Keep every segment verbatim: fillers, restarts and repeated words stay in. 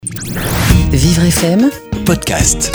Vivre F M Podcast.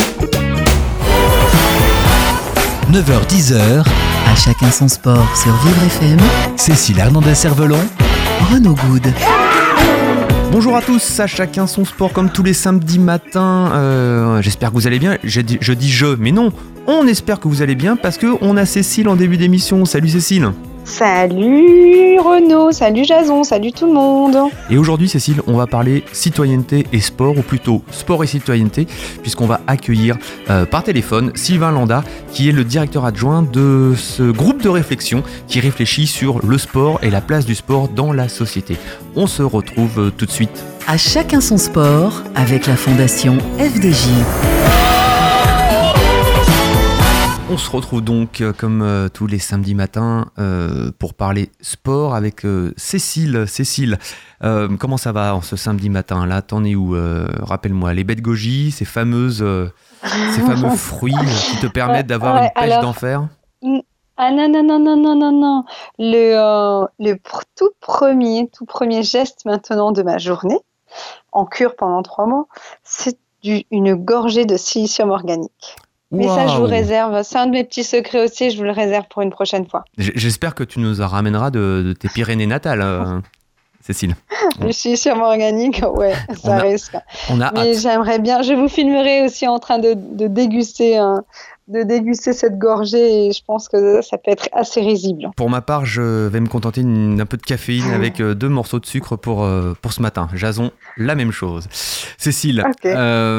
neuf heures dix. À chacun son sport sur Vivre F M. Cécile Hernandez-Cervelon. Renaud Good. Bonjour à tous, à chacun son sport comme tous les samedis matins. Euh, j'espère que vous allez bien. Je dis, je dis je, mais non, on espère que vous allez bien parce qu'on a Cécile en début d'émission. Salut Cécile. Salut Renaud, salut Jason, salut tout le monde. Et aujourd'hui Cécile, on va parler citoyenneté et sport, ou plutôt sport et citoyenneté, puisqu'on va accueillir euh, par téléphone Sylvain Landa, qui est le directeur adjoint de ce groupe de réflexion qui réfléchit sur le sport et la place du sport dans la société. On se retrouve euh, tout de suite. À chacun son sport avec la fondation F D J. On se retrouve donc euh, comme euh, tous les samedis matins euh, pour parler sport avec euh, Cécile. Cécile, euh, comment ça va en ce samedi matin là? T'en es où? euh, Rappelle-moi, les baies de goji, ces fameuses, euh, ces fameux fruits euh, qui te permettent d'avoir Ouais, une pêche alors, d'enfer. Ah non, non, non, non, non, non, non. Le, euh, le pr- tout premier, tout premier geste maintenant de ma journée, en cure pendant trois mois, c'est du, une gorgée de silicium organique. Mais ça, je vous Waouh. réserve. C'est un de mes petits secrets aussi. Je vous le réserve pour une prochaine fois. J- J'espère que tu nous en ramèneras de, de tes Pyrénées natales, euh, Cécile. Le silicium organique, ouais, On ça a risque. On a Mais hâte. j'aimerais bien. Je vous filmerai aussi en train de, de déguster, un- de déguster cette gorgée. Et je pense que ça peut être assez risible. Pour ma part, je vais me contenter d'un peu de caféine avec euh, deux morceaux de sucre pour, euh, pour ce matin. Jason, la même chose. Cécile, Ok.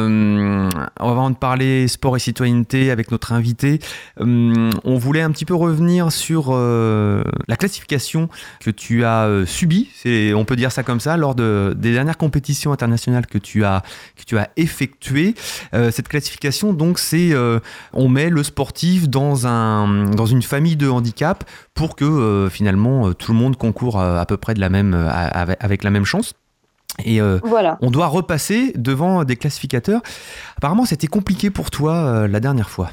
euh, avant de parler sport et citoyenneté avec notre invité, euh, on voulait un petit peu revenir sur euh, la classification que tu as euh, subie, c'est, on peut dire ça comme ça, lors de, des dernières compétitions internationales que tu as, que tu as effectuées. Euh, cette classification, donc, c'est euh, on met le sportif dans, un, dans une famille de handicap pour que euh, finalement euh, tout le monde concourt euh, à peu près de la même, euh, avec, avec la même chance. Et euh, Voilà. on doit repasser devant des classificateurs. Apparemment, c'était compliqué pour toi euh, la dernière fois.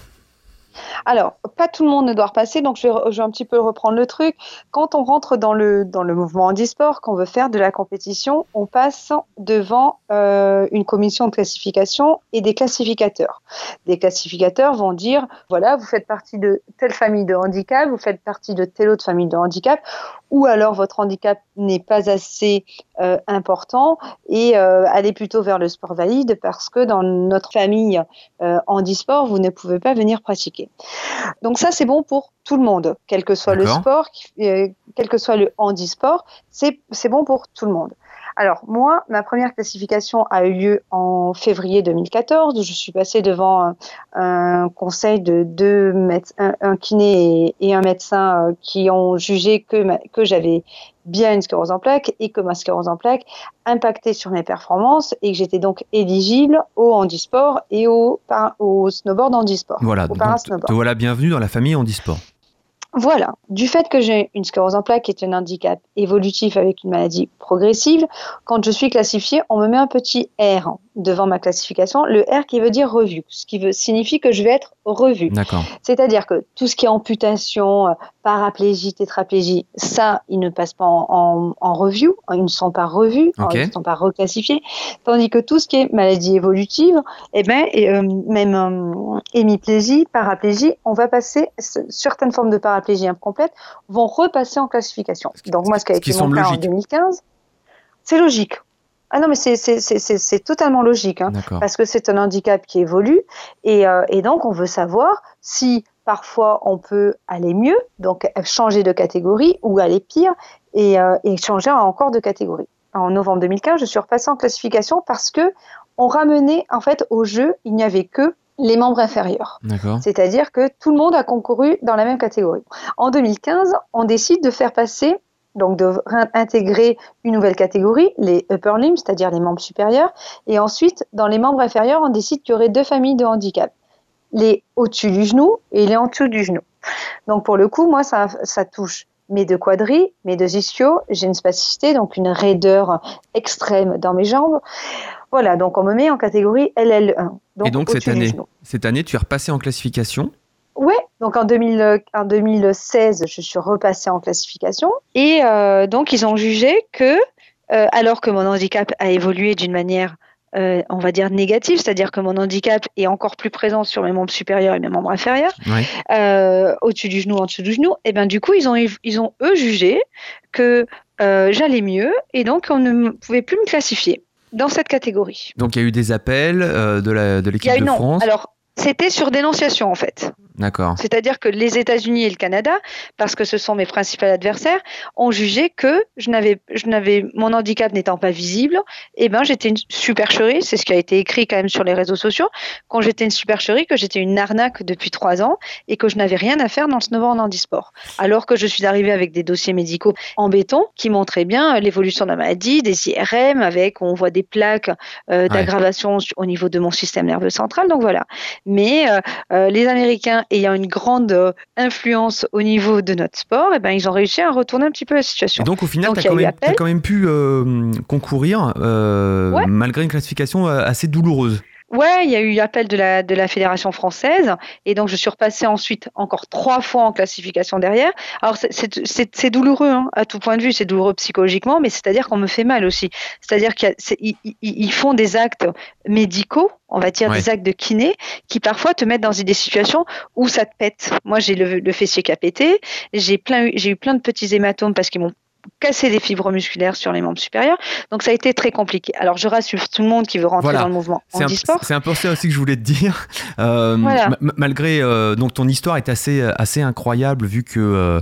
Alors, pas tout le monde ne doit repasser, donc je vais, je vais un petit peu reprendre le truc. Quand on rentre dans le, dans le mouvement handisport, qu'on veut faire de la compétition, on passe devant euh, une commission de classification et des classificateurs. Des classificateurs vont dire, voilà, vous faites partie de telle famille de handicap, vous faites partie de telle autre famille de handicap, ou alors votre handicap n'est pas assez euh, important et euh, allez plutôt vers le sport valide parce que dans notre famille euh, handisport, vous ne pouvez pas venir pratiquer. Donc ça, c'est bon pour tout le monde, quel que soit D'accord. le sport, euh, quel que soit le handisport, c'est, c'est bon pour tout le monde. Alors moi, ma première classification a eu lieu en février deux mille quatorze. Je suis passée devant un, un conseil de deux médecins, un, un kiné et, et un médecin euh, qui ont jugé que, ma, que j'avais bien une sclérose en plaques et que ma sclérose en plaques impactait sur mes performances et que j'étais donc éligible au handisport et au, par, au snowboard handisport, Voilà, au donc parasnowboard. te voilà bienvenue dans la famille handisport. Voilà, du fait que j'ai une sclérose en plaques qui est un handicap évolutif avec une maladie progressive, quand je suis classifiée, on me met un petit R devant ma classification, le R qui veut dire revu, ce qui veut, signifie que je vais être revue. D'accord. C'est-à-dire que tout ce qui est amputation, euh, paraplégie, tétraplégie, ça, ils ne passent pas en, en, en review, ils ne sont pas revus, Ok. ils ne sont pas reclassifiés, tandis que tout ce qui est maladie évolutive, eh ben, et, euh, même euh, hémiplégie, paraplégie, on va passer, certaines formes de paraplégie incomplète vont repasser en classification. Donc moi, ce qui a Ce qui été mon semble cas en logique. deux mille quinze, c'est logique. Ah non, mais c'est, c'est, c'est, c'est, c'est totalement logique, hein, D'accord. parce que c'est un handicap qui évolue, et, euh, et donc on veut savoir si parfois on peut aller mieux, donc changer de catégorie, ou aller pire, et, euh, et changer encore de catégorie. En novembre deux mille quinze, je suis repassée en classification parce que on ramenait, en fait, au jeu, il n'y avait que les membres inférieurs. D'accord. C'est-à-dire que tout le monde a concouru dans la même catégorie. En deux mille quinze, on décide de faire passer, donc de réintégrer une nouvelle catégorie, les upper limbs, c'est-à-dire les membres supérieurs, et ensuite, dans les membres inférieurs, on décide qu'il y aurait deux familles de handicap, les au-dessus du genou et les en dessous du genou. Donc pour le coup, moi, ça, ça touche mes deux quadris, mes deux ischios, j'ai une spasticité, donc une raideur extrême dans mes jambes. Voilà, donc on me met en catégorie L L un. Donc Et donc cette au-dessus du année, genou. cette année, tu es repassé en classification. Ouais, donc en, deux mille, en deux mille seize, je suis repassée en classification. Et euh, donc, ils ont jugé que, euh, alors que mon handicap a évolué d'une manière euh, on va dire négative, c'est-à-dire que mon handicap est encore plus présent sur mes membres supérieurs et mes membres inférieurs, Ouais. euh, au-dessus du genou, en dessous du genou, et ben du coup ils ont ils ont eux jugé que euh, j'allais mieux et donc on ne m- pouvait plus me classifier dans cette catégorie. Donc il y a eu des appels euh, de, la, de Il y l'équipe a eu de non. France. Alors c'était sur dénonciation en fait. D'accord. C'est-à-dire que les États-Unis et le Canada, parce que ce sont mes principaux adversaires, ont jugé que je n'avais, je n'avais, mon handicap n'étant pas visible, eh ben j'étais une supercherie. C'est ce qui a été écrit quand même sur les réseaux sociaux. Quand j'étais une supercherie, que j'étais une arnaque depuis trois ans et que je n'avais rien à faire dans le snowboard en handisport. Alors que je suis arrivée avec des dossiers médicaux en béton qui montraient bien l'évolution de la maladie, des I R M avec, on voit des plaques euh, d'aggravation ouais. au niveau de mon système nerveux central. Donc voilà. Mais euh, euh, les Américains ayant une grande euh, influence au niveau de notre sport, eh ben, ils ont réussi à retourner un petit peu la situation. Et donc au final, tu as quand, quand même pu euh, concourir euh, ouais. malgré une classification assez douloureuse. Ouais, il y a eu appel de la, de la Fédération française et donc je suis repassée ensuite encore trois fois en classification derrière. Alors c'est, c'est, c'est, c'est douloureux hein, à tout point de vue, c'est douloureux psychologiquement, mais c'est-à-dire qu'on me fait mal aussi. C'est-à-dire qu'ils font des actes médicaux, on va dire ouais. des actes de kiné, qui parfois te mettent dans des situations où ça te pète. Moi j'ai le, le fessier qui a pété, j'ai, plein, j'ai eu plein de petits hématomes parce qu'ils m'ont casser des fibres musculaires sur les membres supérieurs. Donc, ça a été très compliqué. Alors, je rassure tout le monde qui veut rentrer voilà. dans le mouvement handisport. C'est un peu ça aussi que je voulais te dire. Euh, voilà. m- malgré... Euh, donc, ton histoire est assez, assez incroyable vu que il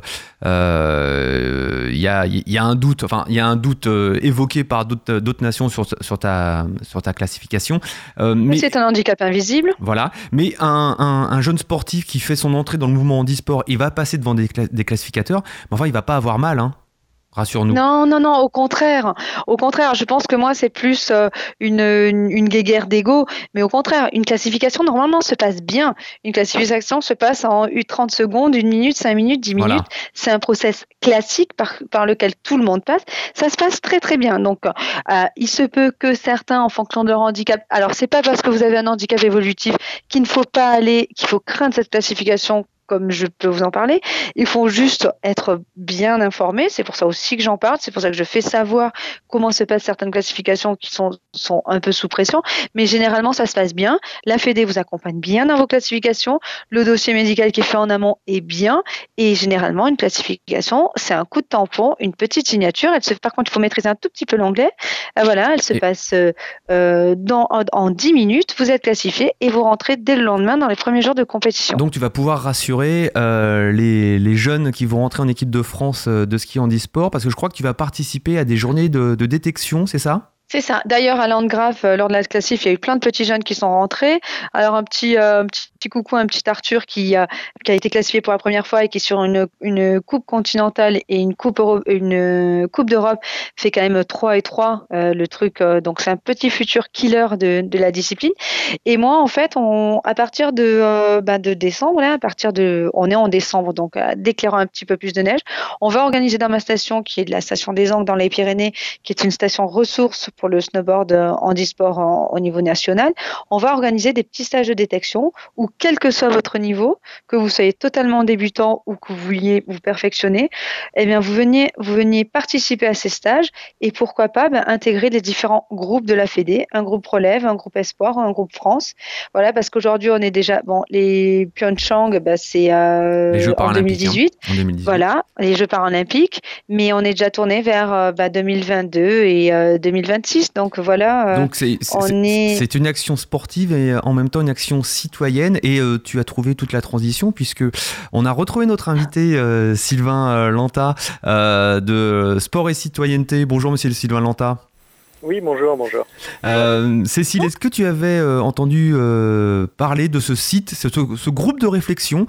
euh, y, a, y a un doute, enfin, il y a un doute euh, évoqué par d'autres, d'autres nations sur, sur, ta, sur ta classification. Euh, mais c'est un handicap invisible. Voilà. Mais un, un, un jeune sportif qui fait son entrée dans le mouvement handisport, il va passer devant des, cla- des classificateurs, mais enfin, il va pas avoir mal, hein. Rassure-nous. Non, non, non, au contraire. Au contraire, je pense que moi, c'est plus euh, une, une, une guéguerre d'ego. Mais au contraire, une classification, normalement, se passe bien. Une classification se passe en trente secondes, une minute, cinq minutes, dix minutes. Voilà. C'est un process classique par, par lequel tout le monde passe. Ça se passe très, très bien. Donc, euh, il se peut que certains, en fonction de leur handicap... Alors, c'est pas parce que vous avez un handicap évolutif qu'il ne faut pas aller, qu'il faut craindre cette classification comme je peux vous en parler. Il faut juste être bien informé. C'est pour ça aussi que j'en parle. C'est pour ça que je fais savoir comment se passent certaines classifications qui sont, sont un peu sous pression. Mais généralement, ça se passe bien. La Fédé vous accompagne bien dans vos classifications. Le dossier médical qui est fait en amont est bien. Et généralement, une classification, c'est un coup de tampon, une petite signature. Elle se, par contre, il faut maîtriser un tout petit peu l'anglais. Euh, voilà, elle se et... passe euh, dans, en, en dix minutes. Vous êtes classifié et vous rentrez dès le lendemain dans les premiers jours de compétition. Donc, tu vas pouvoir rassurer Euh, les, les jeunes qui vont rentrer en équipe de France de ski handisport, parce que je crois que tu vas participer à des journées de, de détection, c'est ça ? C'est ça. D'ailleurs, à Landgraf, euh, lors de la classif, il y a eu plein de petits jeunes qui sont rentrés. Alors, un petit, euh, un petit, petit coucou, un petit Arthur qui, euh, qui a été classifié pour la première fois et qui, sur une, une coupe continentale et une coupe, Euro- une coupe d'Europe, fait quand même trois et trois, euh, le truc. Euh, donc, c'est un petit futur killer de, de la discipline. Et moi, en fait, on, à partir de, euh, bah, de décembre, là, à partir de, on est en décembre, donc euh, dès qu'il y aura un petit peu plus de neige, on va organiser dans ma station, qui est de la station des Angles dans les Pyrénées, qui est une station ressource pour le snowboard handisport en, au niveau national, on va organiser des petits stages de détection où, quel que soit votre niveau, que vous soyez totalement débutant ou que vous vouliez vous perfectionner, eh bien, vous veniez, vous veniez participer à ces stages et pourquoi pas ben, intégrer les différents groupes de la Fédé, un groupe relève, un groupe espoir, un groupe France. Voilà, parce qu'aujourd'hui, on est déjà, bon, les Pyeongchang, ben, c'est euh, en deux mille dix-huit. Hein, en deux mille dix-huit. Voilà, les Jeux paralympiques, mais on est déjà tourné vers euh, ben, deux mille vingt-deux et euh, deux mille vingt-six. Donc voilà, Donc c'est, c'est, on est... c'est une action sportive et en même temps une action citoyenne et euh, tu as trouvé toute la transition puisque on a retrouvé notre invité euh, Sylvain euh, Lanta euh, de Sport et Citoyenneté. Bonjour monsieur Sylvain Lanta. Oui, bonjour, bonjour. Euh, Cécile, est-ce que tu avais euh, entendu euh, parler de ce site, ce, ce groupe de réflexion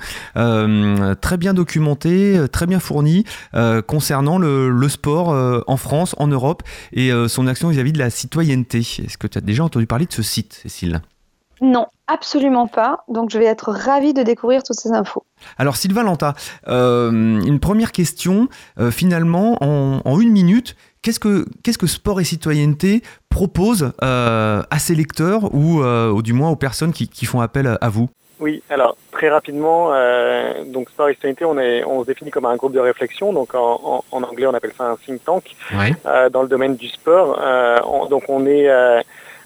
euh, très bien documenté, très bien fourni euh, concernant le, le sport euh, en France, en Europe et euh, son action vis-à-vis de la citoyenneté ? Est-ce que tu as déjà entendu parler de ce site, Cécile ? Non, absolument pas. Donc, je vais être ravie de découvrir toutes ces infos. Alors, Sylvain Lanta, euh, une première question. Euh, finalement, en, en une minute, qu'est-ce que, qu'est-ce que Sport et Citoyenneté propose euh, à ses lecteurs ou, euh, ou du moins aux personnes qui, qui font appel à, à vous ? Oui, alors très rapidement, euh, donc Sport et Citoyenneté, on, est, on se définit comme un groupe de réflexion, donc en, en, en anglais on appelle ça un think tank, ouais. euh, dans le domaine du sport. Euh, on, donc on est... Euh,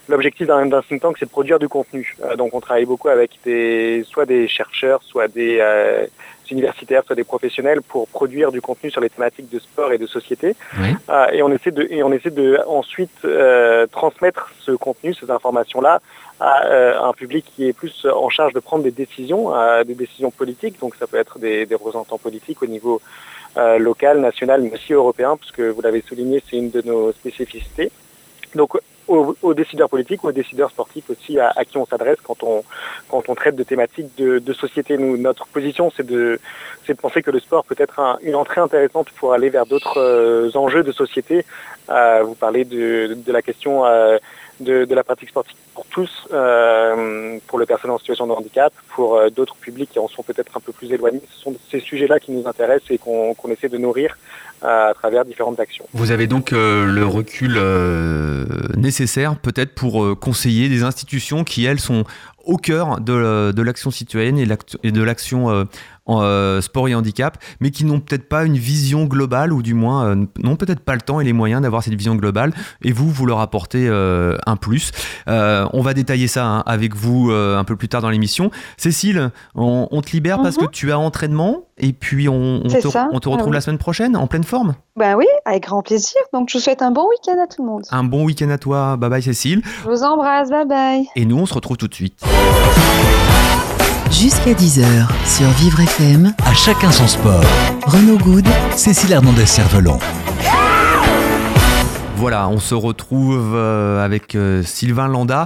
l'objectif d'un, d'un think tank, c'est de produire du contenu. Euh, donc on travaille beaucoup avec des, soit des chercheurs, soit des euh, universitaires, soit des professionnels pour produire du contenu sur les thématiques de sport et de société. Oui. Euh, et on essaie de, et on essaie de ensuite euh, transmettre ce contenu, ces informations-là, à euh, un public qui est plus en charge de prendre des décisions, euh, des décisions politiques. Donc ça peut être des, des représentants politiques au niveau euh, local, national, mais aussi européen, puisque vous l'avez souligné, c'est une de nos spécificités. Donc aux, aux décideurs politiques, aux décideurs sportifs aussi, à, à qui on s'adresse quand on quand on traite de thématiques de, de société. Nous, notre position, c'est de c'est de penser que le sport peut être un, une entrée intéressante pour aller vers d'autres euh, enjeux de société. Euh, vous parlez de, de la question euh, de, de la pratique sportive pour tous, euh, pour les personnes en situation de handicap, pour euh, d'autres publics qui en sont peut-être un peu plus éloignés. Ce sont ces sujets-là qui nous intéressent et qu'on, qu'on essaie de nourrir euh, à travers différentes actions. Vous avez donc euh, le recul euh, nécessaire peut-être pour euh, conseiller des institutions qui, elles, sont au cœur de, de l'action citoyenne et de l'action euh, en euh, sport et handicap, mais qui n'ont peut-être pas une vision globale, ou du moins euh, n'ont peut-être pas le temps et les moyens d'avoir cette vision globale, et vous, vous leur apportez euh, un plus. Euh, on va détailler ça hein, avec vous euh, un peu plus tard dans l'émission. Cécile, on, on te libère mm-hmm. parce que tu as entraînement, et puis on, on, te, on te retrouve ah, oui. la semaine prochaine, en pleine forme. Ben oui, avec grand plaisir. Donc je vous souhaite un bon week-end à tout le monde. Un bon week-end à toi. Bye bye Cécile. Je vous embrasse, bye bye. Et nous, on se retrouve tout de suite. Jusqu'à dix heures sur Vivre F M. À chacun son sport. Renaud Good, Cécile Hernandez-Cervelon. Voilà, on se retrouve euh, avec euh, Sylvain Landa,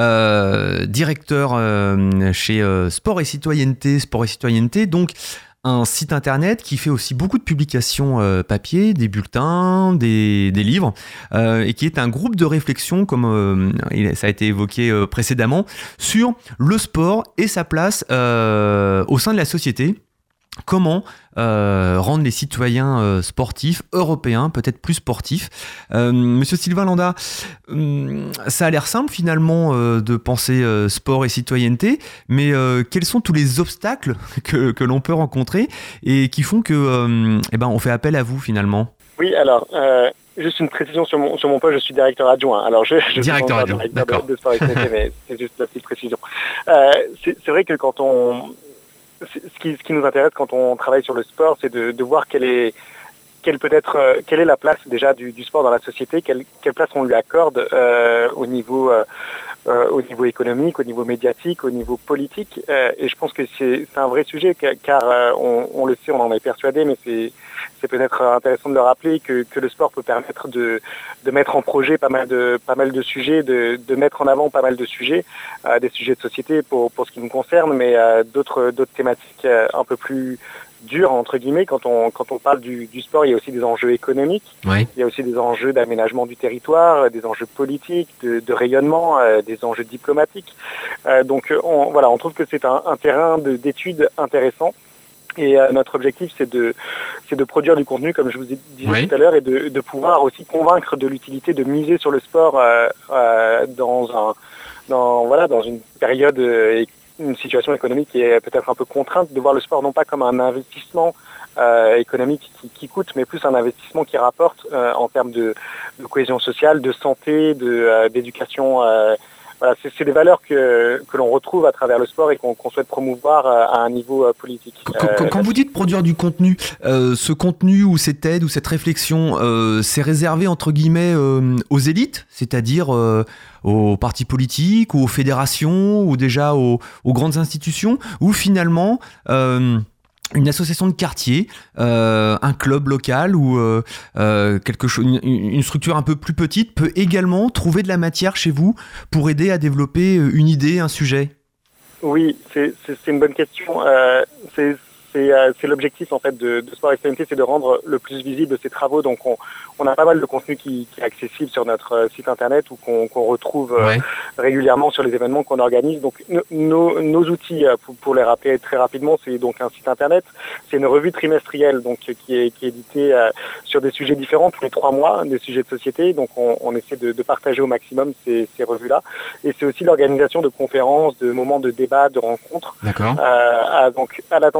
euh, directeur euh, chez euh, Sport et Citoyenneté. Sport et Citoyenneté, donc un site internet qui fait aussi beaucoup de publications euh, papier, des bulletins, des, des livres, euh, et qui est un groupe de réflexion, comme euh, ça a été évoqué euh, précédemment, sur le sport et sa place euh, au sein de la société. Comment euh, rendre les citoyens euh, sportifs, européens, peut-être plus sportifs. Euh, Monsieur Sylvain Landa, euh, ça a l'air simple finalement euh, de penser euh, sport et citoyenneté, mais euh, quels sont tous les obstacles que, que l'on peut rencontrer et qui font que, euh, eh ben, on fait appel à vous finalement? Oui, alors... Euh... Juste une précision sur mon, sur mon poste, je suis directeur adjoint. Alors je, je directeur adjoint, directeur d'accord. de, de sport et citoyenneté, mais c'est juste la petite précision. Euh, c'est, c'est vrai que quand on... Ce qui, ce qui nous intéresse quand on travaille sur le sport, c'est de, de voir quelle est, quelle peut être, euh, quelle est la place déjà du, du sport dans la société, quelle, quelle place on lui accorde euh, au niveau, euh, euh, au niveau économique, au niveau médiatique, au niveau politique. Euh, et je pense que c'est, c'est un vrai sujet, car euh, on, on le sait, on en est persuadé, mais c'est, c'est peut-être intéressant de le rappeler que, que le sport peut permettre de, de mettre en projet pas mal de, pas mal de sujets, de, de mettre en avant pas mal de sujets, euh, des sujets de société pour, pour ce qui nous concerne, mais euh, d'autres, d'autres thématiques euh, un peu plus dures, entre guillemets. Quand on, quand on parle du, du sport, il y a aussi des enjeux économiques, oui. Il y a aussi des enjeux d'aménagement du territoire, des enjeux politiques, de, de rayonnement, euh, des enjeux diplomatiques. Euh, donc on, voilà, on trouve que c'est un, un terrain de, d'études intéressant. Et euh, notre objectif, c'est de, c'est de produire du contenu, comme je vous ai dit oui. tout à l'heure, et de, de pouvoir aussi convaincre de l'utilité de miser sur le sport euh, euh, dans un, dans voilà, dans une période, euh, une situation économique qui est peut-être un peu contrainte, de voir le sport non pas comme un investissement euh, économique qui, qui coûte, mais plus un investissement qui rapporte euh, en termes de, de cohésion sociale, de santé, de euh, d'éducation. Euh, Voilà, c'est, c'est des valeurs que, que l'on retrouve à travers le sport et qu'on, qu'on souhaite promouvoir à un niveau politique. Quand, quand, quand vous dites produire du contenu, euh, ce contenu ou cette aide ou cette réflexion, euh, c'est réservé entre guillemets euh, aux élites, c'est-à-dire euh, aux partis politiques ou aux fédérations ou déjà aux, aux grandes institutions, ou finalement... Euh, une association de quartier, euh, un club local ou euh, euh, quelque chose, une, une structure un peu plus petite peut également trouver de la matière chez vous pour aider à développer une idée, un sujet? Oui, c'est, c'est, c'est une bonne question. Euh, c'est, c'est, euh, c'est l'objectif en fait de, de Sport et Citoyenneté, c'est de rendre le plus visible ces travaux. Donc on, on a pas mal de contenu qui, qui est accessible sur notre euh, site internet ou qu'on, qu'on retrouve euh, ouais. régulièrement sur les événements qu'on organise. Donc no, nos, nos outils, euh, pour, pour les rappeler très rapidement, c'est donc un site internet, c'est une revue trimestrielle donc qui est, qui est éditée euh, sur des sujets différents tous les trois mois, des sujets de société. Donc on, on essaie de, de partager au maximum ces, ces revues-là. Et c'est aussi l'organisation de conférences, de moments de débat, de rencontres. D'accord. Euh, à, donc à l'attention des pouvoirs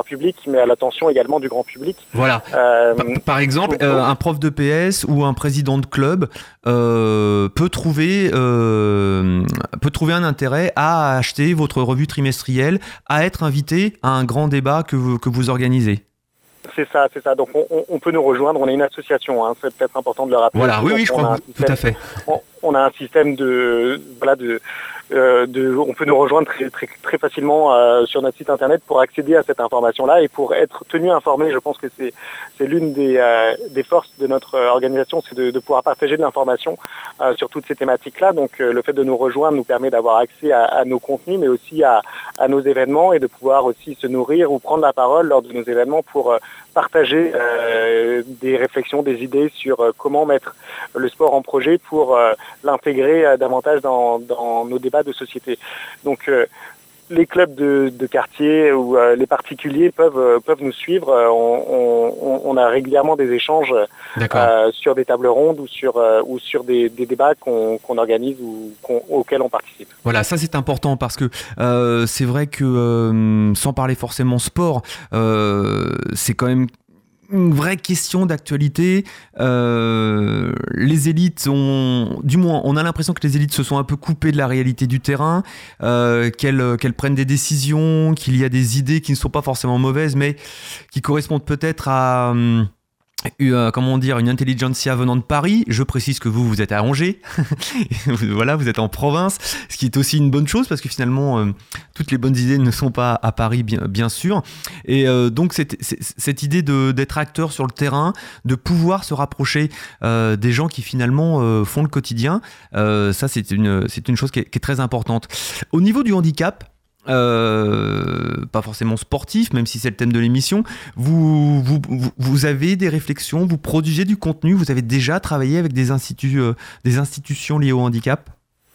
pouvoirs publics, mais à l'attention également du grand public. Voilà. Euh, par, par exemple, euh, un prof de P S ou un président de club euh, peut trouver euh, peut trouver un intérêt à acheter votre revue trimestrielle, à être invité à un grand débat que vous, que vous organisez. C'est ça, c'est ça. Donc on, on peut nous rejoindre. On est une association. Hein, c'est peut-être important de le rappeler. Voilà. Oui, oui, je crois. Système, tout à fait. On, on a un système de voilà de Euh, de, on peut nous rejoindre très, très, très facilement euh, sur notre site internet pour accéder à cette information-là et pour être tenu informé. Je pense que c'est, c'est l'une des, euh, des forces de notre organisation, c'est de, de pouvoir partager de l'information euh, sur toutes ces thématiques-là. Donc euh, le fait de nous rejoindre nous permet d'avoir accès à, à nos contenus, mais aussi à, à nos événements et de pouvoir aussi se nourrir ou prendre la parole lors de nos événements pour euh, partager euh, des réflexions, des idées sur euh, comment mettre le sport en projet pour euh, l'intégrer euh, davantage dans, dans nos débats de société. Donc euh, les clubs de, de quartier ou euh, les particuliers peuvent, euh, peuvent nous suivre. Euh, on, on, on a régulièrement des échanges euh, sur des tables rondes ou sur, euh, ou sur des, des débats qu'on, qu'on organise ou qu'on, auxquels on participe. Voilà, ça c'est important parce que euh, c'est vrai que euh, sans parler forcément sport, euh, c'est quand même une vraie question d'actualité. Euh, les élites ont, du moins, on a l'impression que les élites se sont un peu coupées de la réalité du terrain, euh, qu'elles, qu'elles prennent des décisions, qu'il y a des idées qui ne sont pas forcément mauvaises, mais qui correspondent peut-être à... Hum, Euh, comment dire, une intelligentsia venant de Paris. Je précise que vous, vous êtes à Angers. Voilà, vous êtes en province, ce qui est aussi une bonne chose parce que finalement, euh, toutes les bonnes idées ne sont pas à Paris, bien, bien sûr. Et euh, donc, cette, cette idée de, d'être acteur sur le terrain, de pouvoir se rapprocher euh, des gens qui finalement euh, font le quotidien, euh, ça, c'est une, c'est une chose qui est, qui est très importante. Au niveau du handicap, Euh, pas forcément sportif, même si c'est le thème de l'émission, vous, vous, vous avez des réflexions, vous produisez du contenu, vous avez déjà travaillé avec des, instituts, euh, des institutions liées au handicap ?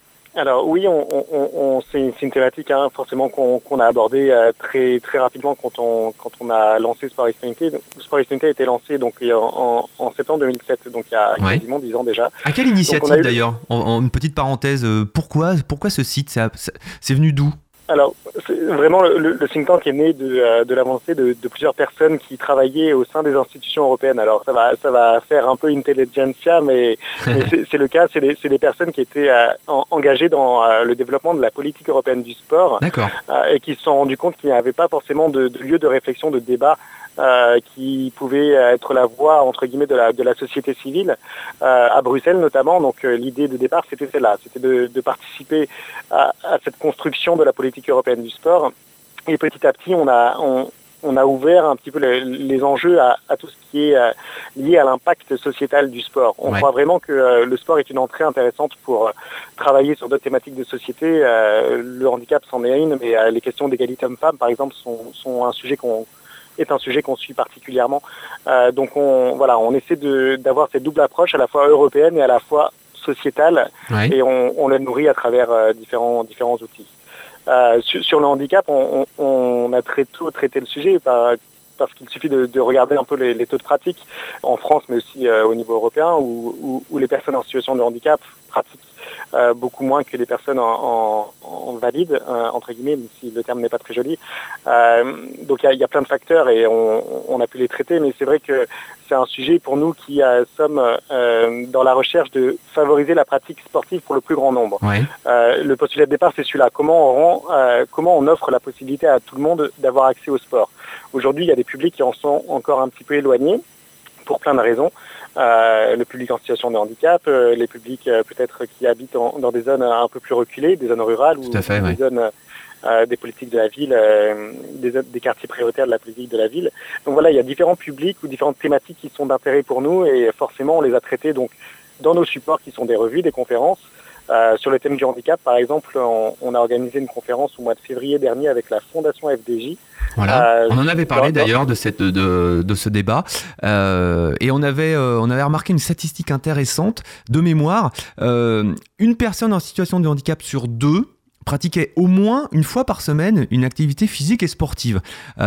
Alors oui, on, on, on, c'est, une, c'est une thématique hein, forcément qu'on, qu'on a abordée euh, très, très rapidement quand on, quand on a lancé Sport et Citoyenneté. Sport et Citoyenneté a été lancé donc, en, en septembre deux mille sept, donc il y a ouais. quasiment dix ans déjà. À quelle initiative eu... d'ailleurs en, en une petite parenthèse, pourquoi, pourquoi ce site, ça, ça, c'est venu d'où ? Alors, c'est vraiment, le, le think tank est né de, euh, de l'avancée de, de plusieurs personnes qui travaillaient au sein des institutions européennes. Alors, ça va, ça va faire un peu intelligentsia, mais, mais c'est, c'est le cas. C'est des, c'est des personnes qui étaient euh, en, engagées dans euh, le développement de la politique européenne du sport euh, et qui se sont rendus compte qu'il n'y avait pas forcément de, de lieu de réflexion, de débat Euh, qui pouvait être la voix entre guillemets de la de la société civile euh, à Bruxelles notamment. Donc euh, l'idée de départ c'était celle-là, c'était de, de participer à, à cette construction de la politique européenne du sport. Et petit à petit on a on, on a ouvert un petit peu les, les enjeux à, à tout ce qui est euh, lié à l'impact sociétal du sport. On ouais. croit vraiment que euh, le sport est une entrée intéressante pour euh, travailler sur d'autres thématiques de société. Euh, le handicap c'en est une, mais euh, les questions d'égalité homme-femme par exemple sont sont un sujet qu'on est un sujet qu'on suit particulièrement. Euh, donc on, voilà, on essaie de, d'avoir cette double approche à la fois européenne et à la fois sociétale, ouais. et on, on le nourrit à travers euh, différents, différents outils. Euh, sur, sur le handicap, on, on, on a très tôt traité le sujet par, parce qu'il suffit de, de regarder un peu les, les taux de pratique en France, mais aussi euh, au niveau européen, où, où, où les personnes en situation de handicap pratiquent Euh, beaucoup moins que les personnes en, en, en valide, euh, entre guillemets, même si le terme n'est pas très joli. Euh, donc il y, y a plein de facteurs et on, on a pu les traiter, mais c'est vrai que c'est un sujet pour nous qui euh, sommes euh, dans la recherche de favoriser la pratique sportive pour le plus grand nombre. Ouais. Euh, le postulat de départ, c'est celui-là. Comment on, rend, euh, comment on offre la possibilité à tout le monde d'avoir accès au sport. Aujourd'hui, il y a des publics qui en sont encore un petit peu éloignés, pour plein de raisons. Euh, le public en situation de handicap, euh, les publics euh, peut-être qui habitent en, dans des zones un peu plus reculées, des zones rurales ou fait, des ouais. zones euh, des politiques de la ville, euh, des, des quartiers prioritaires de la politique de la ville. Donc voilà, il y a différents publics ou différentes thématiques qui sont d'intérêt pour nous et forcément on les a traités donc dans nos supports qui sont des revues, des conférences. Euh, sur le thème du handicap, par exemple, on, on a organisé une conférence au mois de février dernier avec la Fondation F D J. Voilà. Euh, on en avait parlé dans, d'ailleurs de, cette, de, de ce débat euh, et on avait, euh, on avait remarqué une statistique intéressante de mémoire. Euh, une personne en situation de handicap sur deux pratiquait au moins une fois par semaine une activité physique et sportive,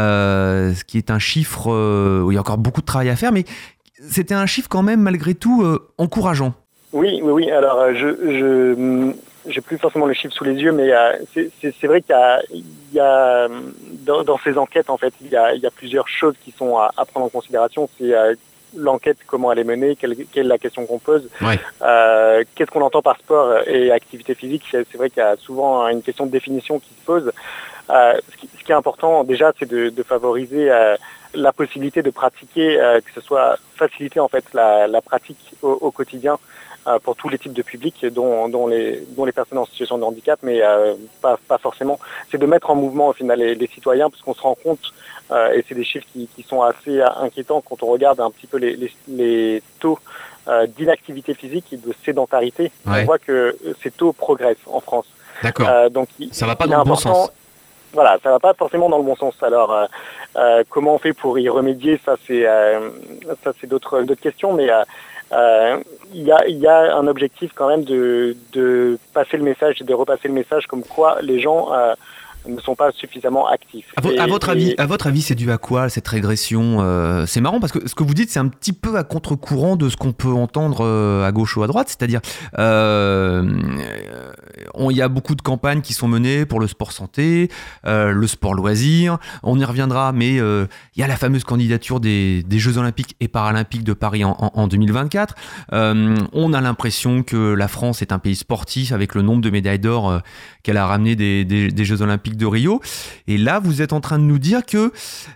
euh, ce qui est un chiffre euh, où il y a encore beaucoup de travail à faire, mais c'était un chiffre quand même malgré tout euh, encourageant. Oui, oui, oui. Alors, je, je, j'ai plus forcément le chiffre sous les yeux, mais euh, c'est, c'est, c'est vrai qu'il y a, il y a dans, dans ces enquêtes en fait, il y a, il y a plusieurs choses qui sont à, à prendre en considération. C'est euh, l'enquête, comment elle est menée, quelle, quelle est la question qu'on pose, ouais. euh, qu'est-ce qu'on entend par sport et activité physique. C'est, c'est vrai qu'il y a souvent une question de définition qui se pose. Euh, ce, qui, ce qui est important déjà, c'est de, de favoriser euh, la possibilité de pratiquer, euh, que ce soit faciliter en fait la, la pratique au, au quotidien euh, pour tous les types de publics, dont, dont, les, dont les personnes en situation de handicap, mais euh, pas, pas forcément. C'est de mettre en mouvement au final les, les citoyens, parce qu'on se rend compte, euh, et c'est des chiffres qui, qui sont assez inquiétants quand on regarde un petit peu les, les, les taux euh, d'inactivité physique et de sédentarité. Ouais. On voit que ces taux progressent en France. D'accord. Euh, donc, ça va pas il dans le bon important, sens. Voilà, ça va pas forcément dans le bon sens. Alors, euh, euh, comment on fait pour y remédier? Ça, c'est euh, ça, c'est d'autres d'autres questions. Mais euh, euh, il y a il y a un objectif quand même de de passer le message et de repasser le message comme quoi les gens euh, ne sont pas suffisamment actifs. À, vo- et, à votre et... avis, à votre avis, c'est dû à quoi cette régression? euh, C'est marrant parce que ce que vous dites, c'est un petit peu à contre-courant de ce qu'on peut entendre euh, à gauche ou à droite. C'est-à-dire, euh, il y a beaucoup de campagnes qui sont menées pour le sport santé, euh, le sport loisir. On y reviendra, mais il euh, y a la fameuse candidature des, des Jeux Olympiques et Paralympiques de Paris en, en, en deux mille vingt-quatre. Euh, on a l'impression que la France est un pays sportif avec le nombre de médailles d'or euh, qu'elle a ramené des, des, des Jeux Olympiques de Rio. Et là, vous êtes en train de nous dire que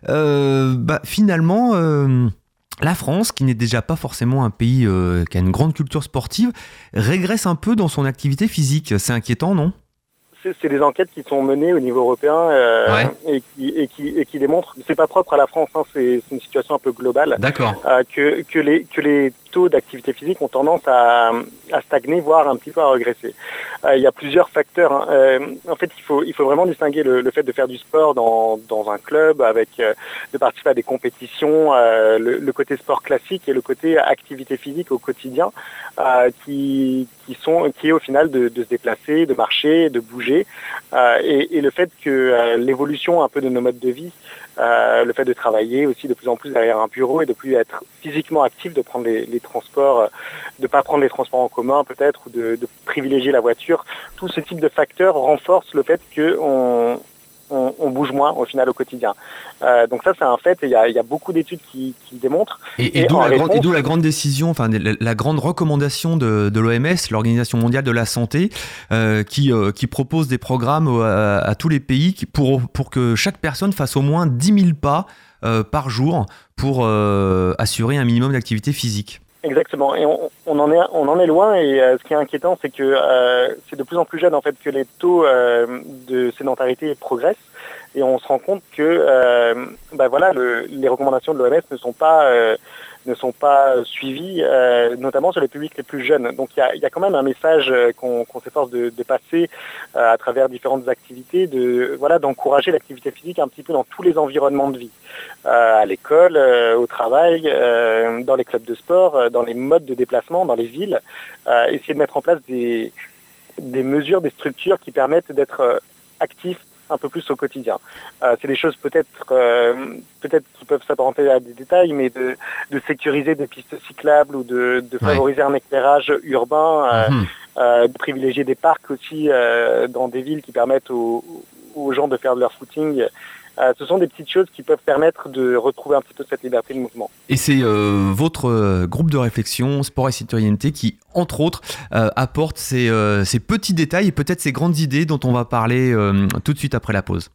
euh, bah, finalement, euh, la France, qui n'est déjà pas forcément un pays euh, qui a une grande culture sportive, régresse un peu dans son activité physique. C'est inquiétant, non ? C'est, c'est des enquêtes qui sont menées au niveau européen euh, ouais. et, qui, et, qui, et qui démontrent, c'est pas propre à la France, hein, c'est, c'est une situation un peu globale, D'accord. Euh, que, que, les, que les taux d'activité physique ont tendance à, à stagner, voire un petit peu à regresser. Euh, il y a plusieurs facteurs. Hein. Euh, en fait, il faut, il faut vraiment distinguer le, le fait de faire du sport dans, dans un club, avec euh, de participer à des compétitions, euh, le, le côté sport classique et le côté activité physique au quotidien, euh, qui, qui, sont, qui est au final de, de se déplacer, de marcher, de bouger. Euh, et, et le fait que euh, l'évolution un peu de nos modes de vie, euh, le fait de travailler aussi de plus en plus derrière un bureau et de plus être physiquement actif, de prendre les, les transports, euh, de pas prendre les transports en commun peut-être, ou de, de privilégier la voiture, tout ce type de facteurs renforce le fait que on, on, on bouge moins au final au quotidien. Euh, donc ça c'est un fait et il y a, y a beaucoup d'études qui, qui démontrent. Et, et, et, d'où la réponse... grande, et d'où la grande décision, enfin la, la grande recommandation de, de l'O M S, l'Organisation mondiale de la santé, euh, qui, euh, qui propose des programmes à, à tous les pays qui, pour, pour que chaque personne fasse au moins dix mille pas euh, par jour pour euh, assurer un minimum d'activité physique. Exactement, et on, on, en, est, on en est loin, et euh, ce qui est inquiétant, c'est que euh, c'est de plus en plus jeune en fait que les taux euh, de sédentarité progressent, et on se rend compte que euh, bah voilà, le, les recommandations de l'O M S ne sont pas, euh, ne sont pas suivies, euh, notamment sur les publics les plus jeunes. Donc il y a, y a quand même un message qu'on, qu'on s'efforce de, de passer euh, à travers différentes activités, de, voilà, d'encourager l'activité physique un petit peu dans tous les environnements de vie. Euh, à l'école, euh, au travail, euh, dans les clubs de sport, euh, dans les modes de déplacement, dans les villes, euh, essayer de mettre en place des, des mesures, des structures qui permettent d'être euh, actifs un peu plus au quotidien. Euh, c'est des choses peut-être euh, peut-être qui peuvent s'apparenter à des détails, mais de, de sécuriser des pistes cyclables ou de, de favoriser ouais. un éclairage urbain, euh, mmh. euh, de privilégier des parcs aussi euh, dans des villes qui permettent aux, aux gens de faire de leur footing. Euh, ce sont des petites choses qui peuvent permettre de retrouver un petit peu cette liberté de mouvement. Et c'est euh, votre euh, groupe de réflexion Sport et Citoyenneté qui, entre autres, euh, apporte ces, euh, ces petits détails et peut-être ces grandes idées dont on va parler euh, tout de suite après la pause.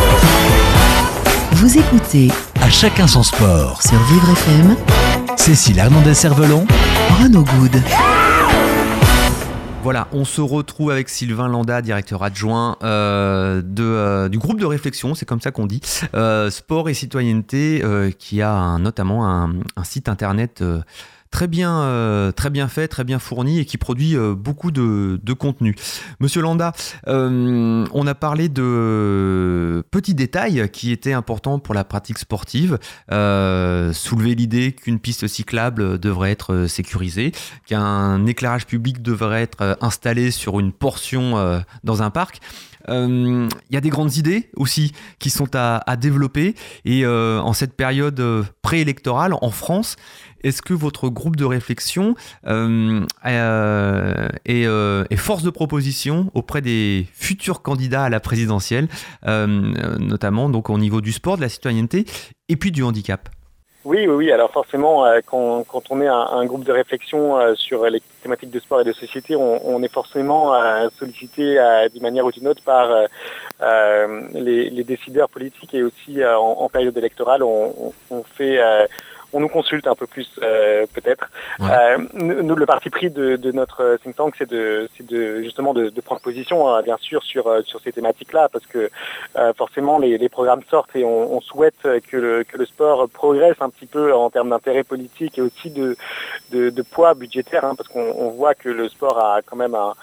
Vous écoutez À chacun son sport sur Vivre F M. Cécile Hernandez-Cervelon, Renaud Good. Voilà, on se retrouve avec Sylvain Landa, directeur adjoint euh, de, euh, du groupe de réflexion, c'est comme ça qu'on dit, euh, Sport et Citoyenneté, euh, qui a un, notamment un, un site internet euh, très bien, euh, très bien fait, très bien fourni et qui produit euh, beaucoup de, de contenu. Monsieur Landa, euh, on a parlé de petits détails qui étaient importants pour la pratique sportive. Euh, soulever l'idée qu'une piste cyclable devrait être sécurisée, qu'un éclairage public devrait être installé sur une portion euh, dans un parc. euh, y a des grandes idées aussi qui sont à, à développer. Et euh, en cette période préélectorale en France, est-ce que votre groupe de réflexion euh, euh, est, euh, est force de proposition auprès des futurs candidats à la présidentielle, euh, notamment donc au niveau du sport, de la citoyenneté et puis du handicap ? Oui, oui, oui. Alors forcément, euh, quand, quand on est un, un groupe de réflexion euh, sur les thématiques de sport et de société, on, on est forcément euh, sollicité euh, d'une manière ou d'une autre par euh, euh, les, les décideurs politiques et aussi euh, en, en période électorale, on, on, on fait... Euh, on nous consulte un peu plus euh, peut-être. Ouais. Euh, nous, le parti pris de, de notre think tank, c'est de, c'est de justement de, de prendre position, hein, bien sûr, sur sur ces thématiques-là, parce que euh, forcément les, les programmes sortent et on, on souhaite que le, que le sport progresse un petit peu en termes d'intérêt politique et aussi de de, de poids budgétaire, hein, parce qu'on on voit que le sport a quand même un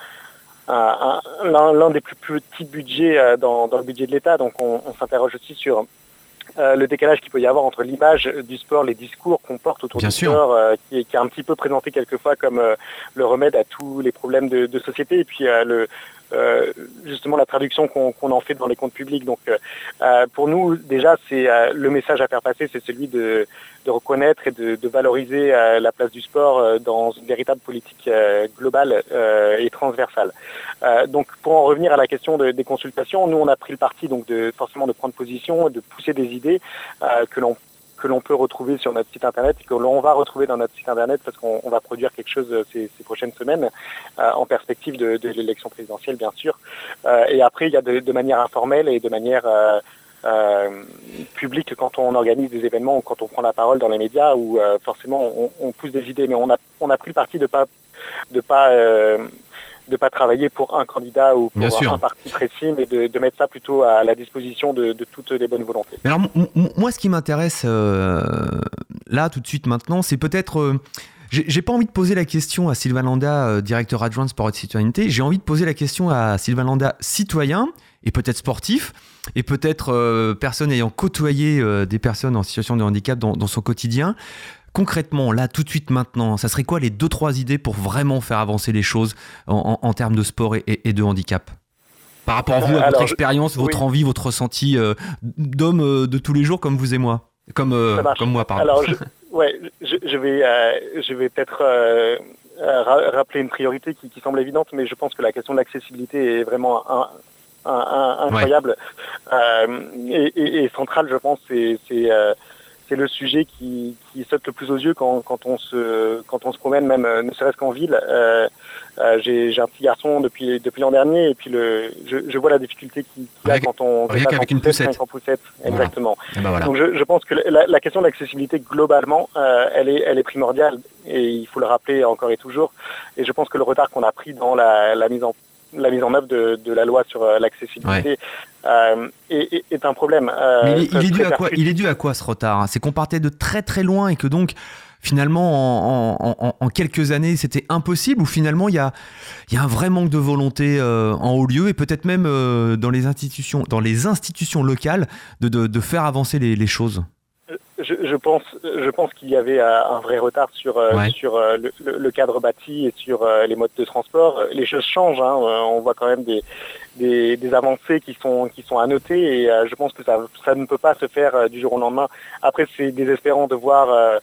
Un, un, l'un, l'un des plus petits budgets euh, dans, dans le budget de l'État, donc on, on s'interroge aussi sur euh, le décalage qu'il peut y avoir entre l'image du sport, les discours qu'on porte autour Bien du sûr. sport, euh, qui, est, qui est un petit peu présenté quelquefois comme euh, le remède à tous les problèmes de, de société, et puis euh, le Euh, justement la traduction qu'on, qu'on en fait dans les comptes publics. Donc euh, pour nous déjà c'est euh, le message à faire passer, c'est celui de, de reconnaître et de, de valoriser euh, la place du sport euh, dans une véritable politique euh, globale euh, et transversale. Euh, donc pour en revenir à la question de, des consultations, nous on a pris le parti donc de forcément de prendre position, de pousser des idées euh, que l'on que l'on peut retrouver sur notre site internet et que l'on va retrouver dans notre site internet parce qu'on on va produire quelque chose ces, ces prochaines semaines euh, en perspective de, de l'élection présidentielle bien sûr. Euh, et après il y a de, de manière informelle et de manière euh, euh, publique quand on organise des événements ou quand on prend la parole dans les médias où euh, forcément on, on pousse des idées, mais on a on a pris le parti de pas de pas euh, de pas travailler pour un candidat ou pour un, un parti précis, mais de, de mettre ça plutôt à la disposition de, de toutes les bonnes volontés. Mais alors, m- m- moi, ce qui m'intéresse euh, là, tout de suite, maintenant, c'est peut-être... Euh, j'ai, j'ai pas envie de poser la question à Sylvain Landa, euh, directeur adjoint de sport et de citoyenneté. J'ai envie de poser la question à Sylvain Landa, citoyen, et peut-être sportif, et peut-être euh, personne ayant côtoyé euh, des personnes en situation de handicap dans, dans son quotidien. Concrètement, là, tout de suite, maintenant, ça serait quoi les deux, trois idées pour vraiment faire avancer les choses en, en, en termes de sport et, et, et de handicap ? Par rapport à vous, à votre Alors, expérience, je... votre oui. envie, votre ressenti euh, d'homme euh, de tous les jours comme vous et moi. Comme, euh, comme moi, pardon. Alors, je, ouais, je, je, vais, euh, je vais peut-être euh, ra- rappeler une priorité qui, qui semble évidente, mais je pense que la question de l'accessibilité est vraiment un, un, un, incroyable ouais. euh, et, et, et centrale, je pense. C'est... c'est euh, C'est le sujet qui, qui saute le plus aux yeux quand, quand, on, se, quand on se promène, même euh, ne serait-ce qu'en ville. Euh, euh, j'ai, j'ai un petit garçon depuis, depuis l'an dernier et puis le, je, je vois la difficulté qu'il y a quand on rien qu'avec une poussette. En poussette. Exactement. Voilà. Ben voilà. Donc je, je pense que la, la question de l'accessibilité globalement, euh, elle, est, elle est primordiale et il faut le rappeler encore et toujours. Et je pense que le retard qu'on a pris dans la, la mise en la mise en œuvre de, de la loi sur euh, l'accessibilité ouais. euh, est, est, est un problème. Euh, Mais il, il, est dû à quoi, il est dû à quoi ce retard ? C'est qu'on partait de très très loin et que donc finalement en, en, en, en quelques années c'était impossible, ou finalement il y a, il y a un vrai manque de volonté euh, en haut lieu et peut-être même euh, dans les institutions, dans les institutions locales de, de, de faire avancer les, les choses ? Je, je pense, je pense qu'il y avait un vrai retard sur euh, ouais. sur euh, le, le, le cadre bâti et sur euh, les modes de transport. Les choses changent, hein. On voit quand même des, des, des avancées qui sont qui sont à noter et euh, je pense que ça ça ne peut pas se faire euh, du jour au lendemain. Après, c'est désespérant de voir euh,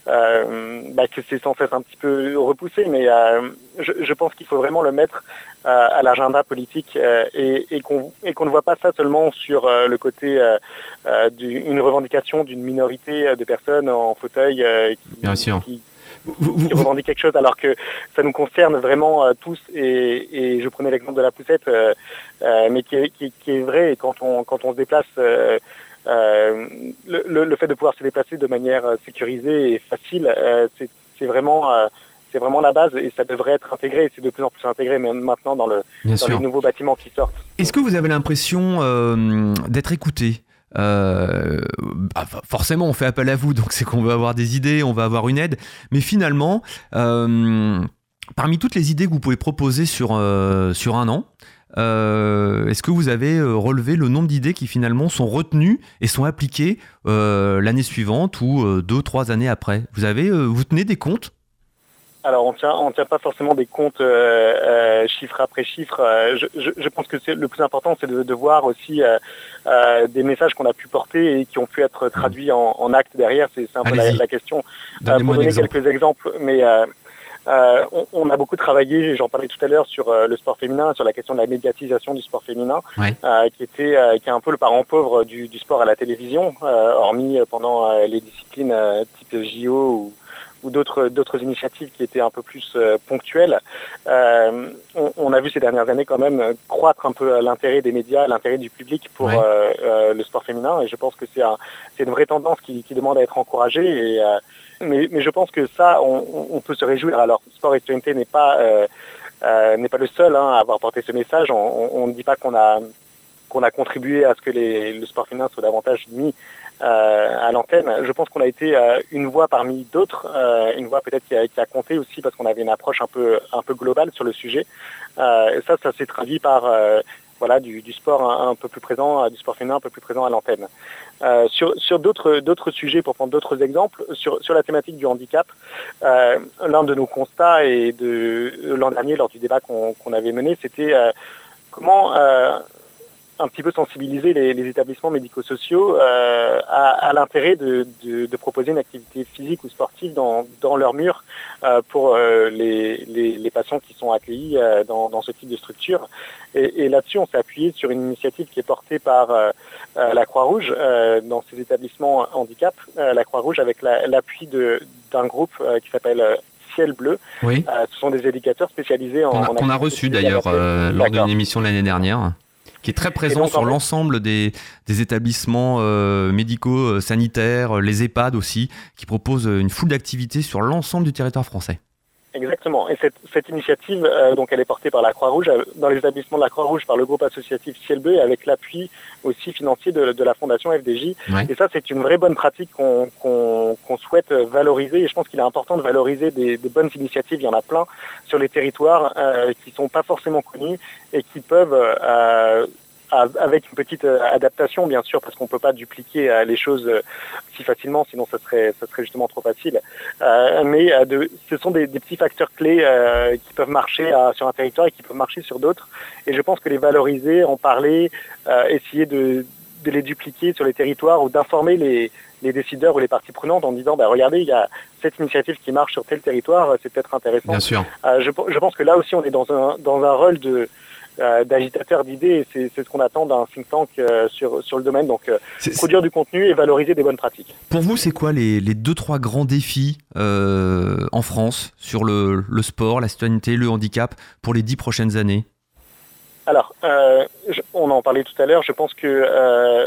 euh, bah, que c'est sans cesse un petit peu repoussé, mais euh, je, je pense qu'il faut vraiment le mettre euh, à l'agenda politique euh, et, et qu'on et qu'on ne voit pas ça seulement sur euh, le côté euh, euh, d'une revendication d'une minorité de personnes en fauteuil euh, qui, Bien sûr. qui, qui revendiquent quelque chose, alors que ça nous concerne vraiment euh, tous. Et, et je prenais l'exemple de la poussette, euh, euh, mais qui est, qui, qui est vrai. Et quand on quand on se déplace. Euh, Euh, le, le, le fait de pouvoir se déplacer de manière sécurisée et facile, euh, c'est, c'est vraiment euh, c'est vraiment la base et ça devrait être intégré. Et c'est de plus en plus intégré, même maintenant dans, le, dans les nouveaux bâtiments qui sortent. Est-ce que vous avez l'impression euh, d'être écouté ? Euh, bah forcément, on fait appel à vous, donc c'est qu'on veut avoir des idées, on va avoir une aide. Mais finalement, euh, parmi toutes les idées que vous pouvez proposer sur euh, sur un an. Euh, est-ce que vous avez relevé le nombre d'idées qui finalement sont retenues et sont appliquées euh, l'année suivante ou euh, deux, trois années après ? Vous avez, euh, vous tenez des comptes ? Alors, on tient, on tient pas forcément des comptes euh, euh, chiffre après chiffre. Euh, je, je, je pense que c'est, le plus important, c'est de, de voir aussi euh, euh, des messages qu'on a pu porter et qui ont pu être traduits en, en actes derrière. C'est, c'est un peu la, la question. Euh, pour donner exemple. quelques exemples, mais euh, euh, on, on a beaucoup travaillé, j'en parlais tout à l'heure, sur euh, le sport féminin, sur la question de la médiatisation du sport féminin, ouais. euh, qui était, euh, qui est un peu le parent pauvre du, du sport à la télévision, euh, hormis pendant euh, les disciplines euh, type J O ou ou d'autres d'autres initiatives qui étaient un peu plus euh, ponctuelles. Euh, on, on a vu ces dernières années quand même croître un peu l'intérêt des médias, l'intérêt du public pour ouais. euh, euh, le sport féminin, et je pense que c'est, un, c'est une vraie tendance qui, qui demande à être encouragée. Et, euh, mais, mais je pense que ça, on, on peut se réjouir. Alors, Sport et Citoyenneté n'est pas euh, euh, n'est pas le seul hein, à avoir porté ce message. On ne dit pas qu'on a qu'on a contribué à ce que les, le sport féminin soit davantage mis Euh, à l'antenne. Je pense qu'on a été euh, une voix parmi d'autres, euh, une voix peut-être qui a, qui a compté aussi parce qu'on avait une approche un peu un peu globale sur le sujet. Euh, et ça, ça s'est traduit par euh, voilà du, du sport un, un peu plus présent, du sport féminin un peu plus présent à l'antenne. Euh, sur sur d'autres d'autres sujets, pour prendre d'autres exemples, sur sur la thématique du handicap, euh, l'un de nos constats et de l'an dernier lors du débat qu'on, qu'on avait mené, c'était euh, comment euh, un petit peu sensibiliser les, les établissements médico-sociaux euh, à, à l'intérêt de, de, de proposer une activité physique ou sportive dans, dans leur mur euh, pour euh, les, les, les patients qui sont accueillis euh, dans, dans ce type de structure. Et, et là-dessus, on s'est appuyé sur une initiative qui est portée par euh, la Croix-Rouge euh, dans ces établissements handicap, euh, la Croix-Rouge avec la, l'appui de, d'un groupe euh, qui s'appelle Ciel Bleu. Oui. Euh, ce sont des éducateurs spécialisés en... Qu'on a, en qu'on a reçu d'ailleurs euh, lors d'une émission l'année dernière, qui est très présent donc, sur l'ensemble des, des établissements euh, médicaux, euh, sanitaires, les EHPAD aussi, qui proposent une foule d'activités sur l'ensemble du territoire français. Exactement. Et cette, cette initiative, euh, donc elle est portée par la Croix-Rouge, euh, dans les établissements de la Croix-Rouge, par le groupe associatif Ciel Bleu, et avec l'appui aussi financier de, de la Fondation F D J. Ouais. Et ça, c'est une vraie bonne pratique qu'on, qu'on, qu'on souhaite valoriser. Et je pense qu'il est important de valoriser des, des bonnes initiatives. Il y en a plein sur les territoires euh, qui sont pas forcément connus et qui peuvent euh, avec une petite adaptation, bien sûr, parce qu'on ne peut pas dupliquer euh, les choses euh, si facilement, sinon ça serait, ça serait justement trop facile. Euh, mais euh, de, ce sont des, des petits facteurs clés euh, qui peuvent marcher euh, sur un territoire et qui peuvent marcher sur d'autres. Et je pense que les valoriser, en parler, euh, essayer de, de les dupliquer sur les territoires ou d'informer les, les décideurs ou les parties prenantes en disant bah, « Regardez, il y a cette initiative qui marche sur tel territoire, c'est peut-être intéressant. » Bien sûr. Euh, je, je pense que là aussi, on est dans un, dans un rôle de... Euh, d'agitateur d'idées, et c'est, c'est ce qu'on attend d'un think tank euh, sur, sur le domaine, donc euh, produire du contenu et valoriser des bonnes pratiques. Pour vous, c'est quoi les, les deux, trois grands défis euh, en France sur le, le sport, la citoyenneté, le handicap pour les dix prochaines années ? Alors, euh, je, on en parlait tout à l'heure, je pense que euh,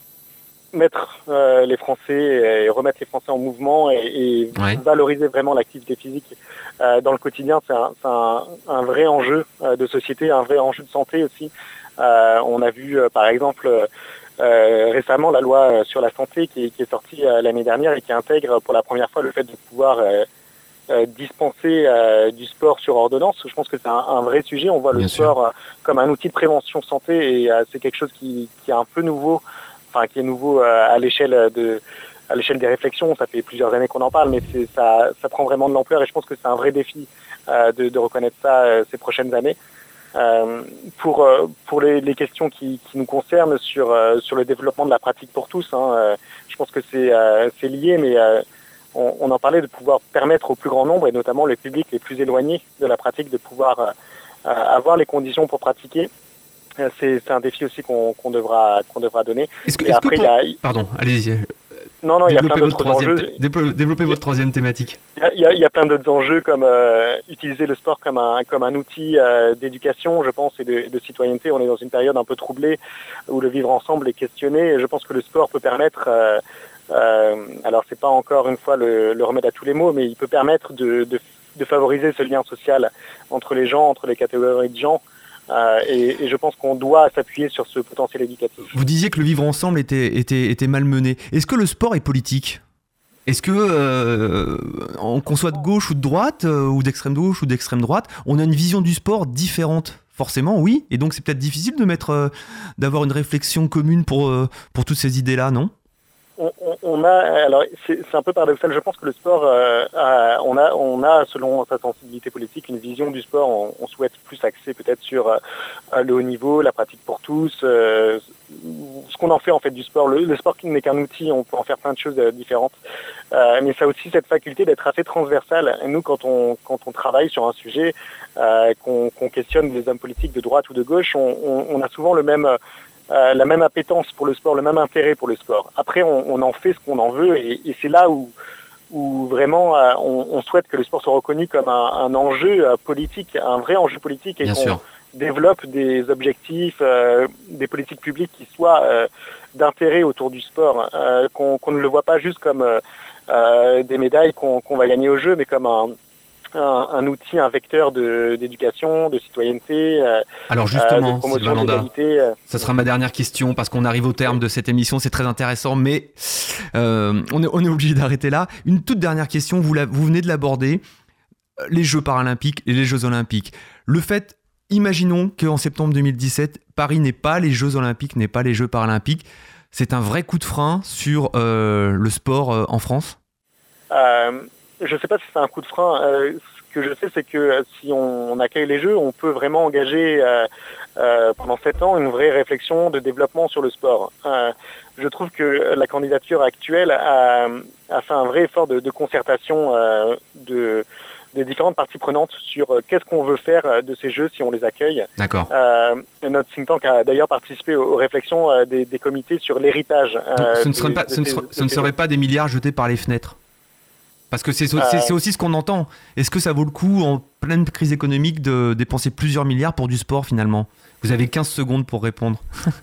mettre euh, les Français et remettre les Français en mouvement et, et ouais. valoriser vraiment l'activité physique euh, dans le quotidien, c'est un, c'est un, un vrai enjeu euh, de société, un vrai enjeu de santé aussi. Euh, on a vu euh, par exemple euh, récemment la loi sur la santé qui, qui est sortie euh, l'année dernière et qui intègre pour la première fois le fait de pouvoir euh, euh, dispenser euh, du sport sur ordonnance. Je pense que c'est un, un vrai sujet. On voit Bien le sûr. sport euh, comme un outil de prévention santé et euh, c'est quelque chose qui, qui est un peu nouveau. Enfin, qui est nouveau euh, à l'échelle de, à l'échelle des réflexions. Ça fait plusieurs années qu'on en parle, mais c'est, ça, ça prend vraiment de l'ampleur et je pense que c'est un vrai défi euh, de, de reconnaître ça euh, ces prochaines années. Euh, pour euh, pour les, les questions qui, qui nous concernent sur euh, sur le développement de la pratique pour tous, hein, euh, je pense que c'est euh, c'est lié, mais euh, on, on en parlait de pouvoir permettre au plus grand nombre et notamment les publics les plus éloignés de la pratique de pouvoir euh, avoir les conditions pour pratiquer. C'est, c'est un défi aussi qu'on, qu'on, devra, qu'on devra donner. Est-ce que, est-ce après, que pour... il y a... Pardon, allez-y. Non, non, il y a plein d'autres enjeux. Développez, développez votre troisième thématique. Il y a, il y a plein d'autres enjeux comme euh, utiliser le sport comme un, comme un outil euh, d'éducation, je pense, et de, de citoyenneté. On est dans une période un peu troublée où le vivre ensemble est questionné. Et je pense que le sport peut permettre, euh, euh, alors c'est pas encore une fois le, le remède à tous les maux, mais il peut permettre de, de, de favoriser ce lien social entre les gens, entre les catégories de gens. Euh, et, et je pense qu'on doit s'appuyer sur ce potentiel éducatif. Vous disiez que le vivre ensemble était, était, était malmené. Est-ce que le sport est politique ? Est-ce que, euh, qu'on soit de gauche ou de droite, euh, ou d'extrême gauche ou d'extrême droite, on a une vision du sport différente ? Forcément, oui. Et donc c'est peut-être difficile de mettre, euh, d'avoir une réflexion commune pour, euh, pour toutes ces idées-là, non ? On, on, on, on a, alors c'est, c'est un peu paradoxal. Je pense que le sport, euh, a, on a, on a selon sa sensibilité politique une vision du sport. On, on souhaite plus axer peut-être sur euh, le haut niveau, la pratique pour tous, euh, ce qu'on en fait en fait du sport. Le, le sport n'est qu'un outil. On peut en faire plein de choses euh, différentes, euh, mais ça a aussi cette faculté d'être assez transversal. Et nous, quand on quand on travaille sur un sujet, euh, qu'on, qu'on questionne des hommes politiques de droite ou de gauche, on, on, on a souvent le même Euh, la même appétence pour le sport, le même intérêt pour le sport. Après, on, on en fait ce qu'on en veut, et, et c'est là où, où vraiment euh, on, on souhaite que le sport soit reconnu comme un, un enjeu euh, politique, un vrai enjeu politique, et Bien qu'on sûr. développe des objectifs, euh, des politiques publiques qui soient euh, d'intérêt autour du sport, euh, qu'on, qu'on ne le voit pas juste comme euh, euh, des médailles qu'on, qu'on va gagner au jeu, mais comme un Un, un outil, un vecteur de, d'éducation, de citoyenneté, euh, Alors justement, euh, de promotion Sylvain de Landa, l'égalité. Euh. ça sera ma dernière question parce qu'on arrive au terme de cette émission, c'est très intéressant, mais euh, on, est, on est obligé d'arrêter là. Une toute dernière question, vous, la, vous venez de l'aborder, les Jeux paralympiques et les Jeux olympiques. Le fait, imaginons qu'en septembre deux mille dix-sept, Paris n'est pas les Jeux olympiques, n'est pas les Jeux paralympiques, c'est un vrai coup de frein sur euh, le sport euh, en France ? euh, Je ne sais pas si c'est un coup de frein. Euh, ce que je sais, c'est que si on, on accueille les Jeux, on peut vraiment engager euh, euh, pendant sept ans une vraie réflexion de développement sur le sport. Euh, je trouve que la candidature actuelle a, a fait un vrai effort de, de concertation euh, de, des différentes parties prenantes sur euh, qu'est-ce qu'on veut faire de ces Jeux si on les accueille. D'accord. Euh, notre think tank a d'ailleurs participé aux, aux réflexions euh, des, des comités sur l'héritage. Euh, ce ne, serait de, pas, de ce, ne ces, serait, de ce ne serait pas des milliards jetés par les fenêtres ? Parce que c'est, c'est, c'est aussi ce qu'on entend. Est-ce que ça vaut le coup, en pleine crise économique, de dépenser plusieurs milliards pour du sport, finalement ? Vous avez quinze secondes pour répondre.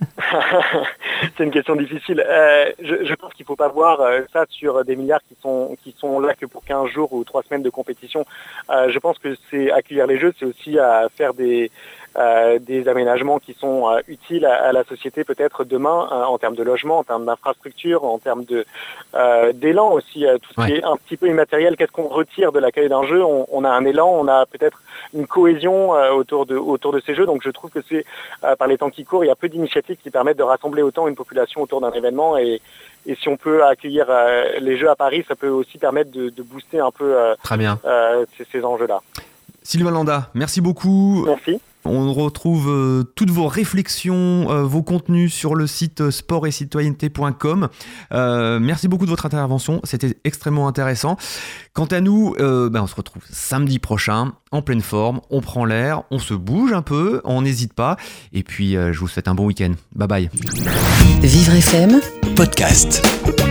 C'est une question difficile. Euh, je, je pense qu'il ne faut pas voir euh, ça sur des milliards qui sont, qui sont là que pour quinze jours ou trois semaines de compétition. Euh, je pense que c'est accueillir les Jeux, c'est aussi à faire des... Euh, des aménagements qui sont euh, utiles à, à la société peut-être demain euh, en termes de logement, en termes d'infrastructure, en termes de, euh, d'élan aussi, euh, tout ce ouais. qui est un petit peu immatériel. Qu'est-ce qu'on retire de l'accueil d'un jeu ? on, on a un élan, on a peut-être une cohésion euh, autour, de, autour de ces jeux. Donc je trouve que c'est, euh, par les temps qui courent, il y a peu d'initiatives qui permettent de rassembler autant une population autour d'un événement. Et, et si on peut accueillir euh, les Jeux à Paris, ça peut aussi permettre de, de booster un peu euh, Très bien. Euh, ces, ces enjeux-là. Sylvain Landa, merci beaucoup. Merci. On retrouve euh, toutes vos réflexions, euh, vos contenus sur le site euh, sport et citoyenneté point com. Euh, merci beaucoup de votre intervention, c'était extrêmement intéressant. Quant à nous, euh, ben on se retrouve samedi prochain, en pleine forme, on prend l'air, on se bouge un peu, on n'hésite pas. Et puis, euh, je vous souhaite un bon week-end. Bye bye. Vivre F M Podcast.